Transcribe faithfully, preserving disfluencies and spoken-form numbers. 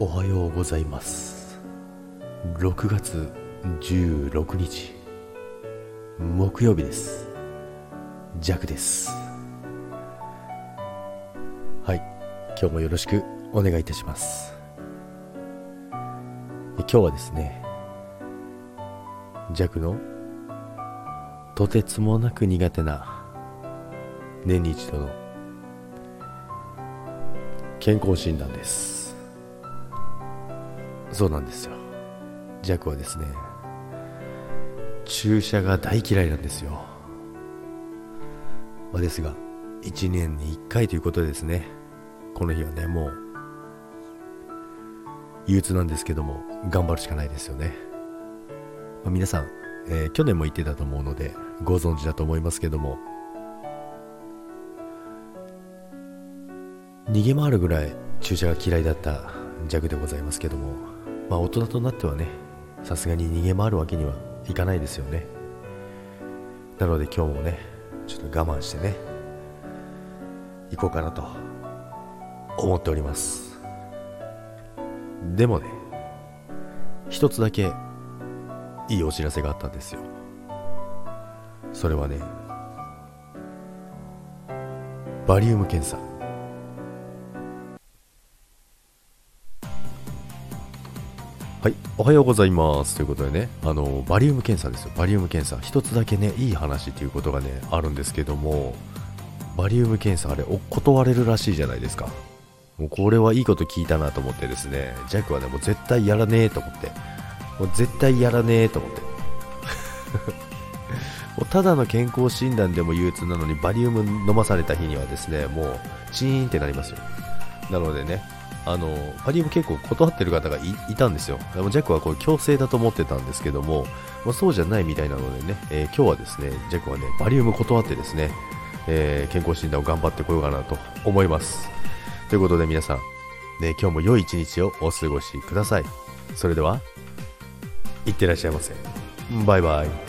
おはようございます。ろくがつじゅうろくにち木曜日です。ジャクです。はい、今日もよろしくお願いいたします。今日はですね、ジャクのとてつもなく苦手な年に一度の健康診断です。そうなんですよ。ジャクはですね、注射が大嫌いなんですよ。まあ、ですがいちねんにいっかいということでですね、この日はねもう憂鬱なんですけども頑張るしかないですよね。まあ、皆さん、えー、去年も言ってたと思うのでご存知だと思いますけども、逃げ回るぐらい注射が嫌いだったジャクでございますけども、まあ大人となってはね、さすがに逃げ回るわけにはいかないですよね。なので今日もねちょっと我慢してね行こうかなと思っております。でもね、一つだけいいお知らせがあったんですよ。それはね、バリウム検査。はい、おはようございますということでね、あのバリウム検査ですよ。バリウム検査、一つだけねいい話ということがねあるんですけども、バリウム検査あれお断れるらしいじゃないですか。もうこれはいいこと聞いたなと思ってですね、ジャックはねもう絶対やらねえと思って、もう絶対やらねえと思ってもうただの健康診断でも憂鬱なのにバリウム飲まされた日にはですね、もうチーンってなりますよ。なのでね、あのバリウム結構断ってる方が い, いたんですよ。でもジャックはこれ強制だと思ってたんですけども、まあ、そうじゃないみたいなのでね、えー、今日はですねジャックはねバリウム断ってですね、えー、健康診断を頑張ってこようかなと思います。ということで皆さん、ね、今日も良い一日をお過ごしください。それではいってらっしゃいませ。バイバイ。